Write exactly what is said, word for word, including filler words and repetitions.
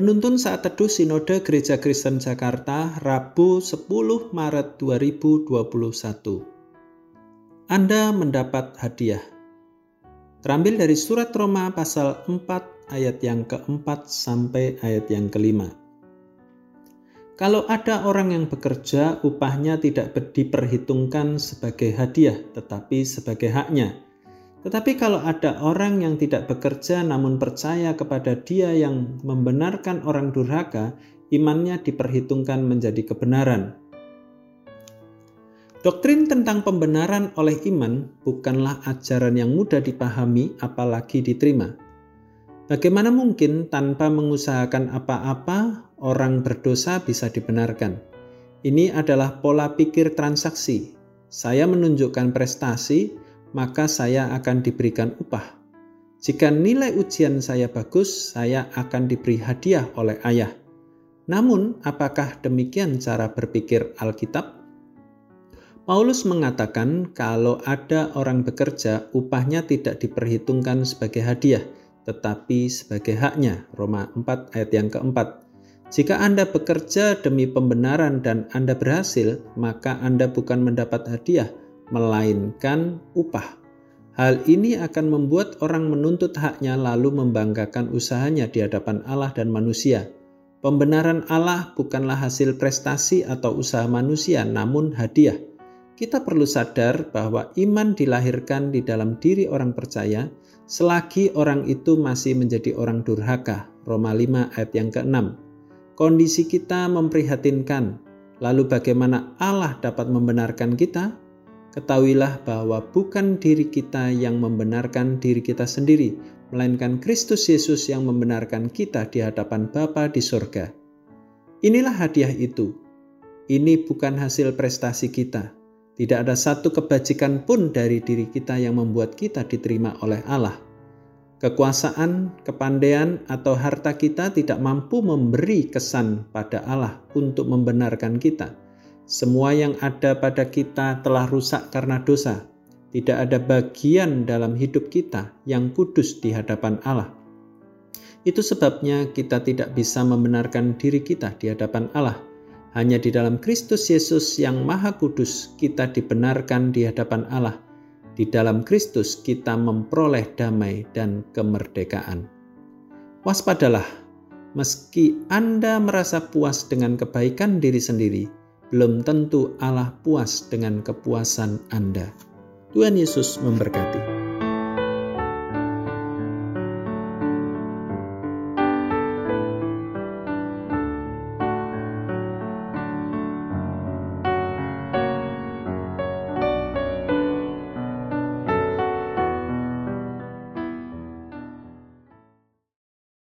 Penuntun Saat Teduh Sinode Gereja Kristen Jakarta, Rabu sepuluh Maret dua ribu dua puluh satu. Anda mendapat hadiah. Terambil dari surat Roma pasal empat ayat yang keempat sampai ayat yang kelima. Kalau ada orang yang bekerja, upahnya tidak diperhitungkan sebagai hadiah, tetapi sebagai haknya. Tetapi kalau ada orang yang tidak bekerja namun percaya kepada Dia yang membenarkan orang durhaka, imannya diperhitungkan menjadi kebenaran. Doktrin tentang pembenaran oleh iman bukanlah ajaran yang mudah dipahami apalagi diterima. Bagaimana mungkin tanpa mengusahakan apa-apa orang berdosa bisa dibenarkan? Ini adalah pola pikir transaksi. Saya menunjukkan prestasi, maka saya akan diberikan upah. Jika nilai ujian saya bagus, saya akan diberi hadiah oleh ayah. Namun, apakah demikian cara berpikir Alkitab? Paulus mengatakan kalau ada orang bekerja, upahnya tidak diperhitungkan sebagai hadiah, tetapi sebagai haknya. Roma empat ayat yang keempat. Jika Anda bekerja demi pembenaran dan Anda berhasil, maka Anda bukan mendapat hadiah, melainkan upah. Hal ini akan membuat orang menuntut haknya lalu membanggakan usahanya di hadapan Allah dan manusia. Pembenaran Allah bukanlah hasil prestasi atau usaha manusia, namun hadiah. Kita perlu sadar bahwa iman dilahirkan di dalam diri orang percaya selagi orang itu masih menjadi orang durhaka. Roma lima ayat yang keenam. Kondisi kita memprihatinkan. Lalu bagaimana Allah dapat membenarkan kita? Ketahuilah bahwa bukan diri kita yang membenarkan diri kita sendiri, melainkan Kristus Yesus yang membenarkan kita di hadapan Bapa di sorga. Inilah hadiah itu. Ini bukan hasil prestasi kita. Tidak ada satu kebajikan pun dari diri kita yang membuat kita diterima oleh Allah. Kekuasaan, kepandaian, atau harta kita tidak mampu memberi kesan pada Allah untuk membenarkan kita. Semua yang ada pada kita telah rusak karena dosa. Tidak ada bagian dalam hidup kita yang kudus di hadapan Allah. Itu sebabnya kita tidak bisa membenarkan diri kita di hadapan Allah. Hanya di dalam Kristus Yesus yang Maha Kudus kita dibenarkan di hadapan Allah. Di dalam Kristus kita memperoleh damai dan kemerdekaan. Waspadalah, meski Anda merasa puas dengan kebaikan diri sendiri, belum tentu Allah puas dengan kepuasan Anda. Tuhan Yesus memberkati.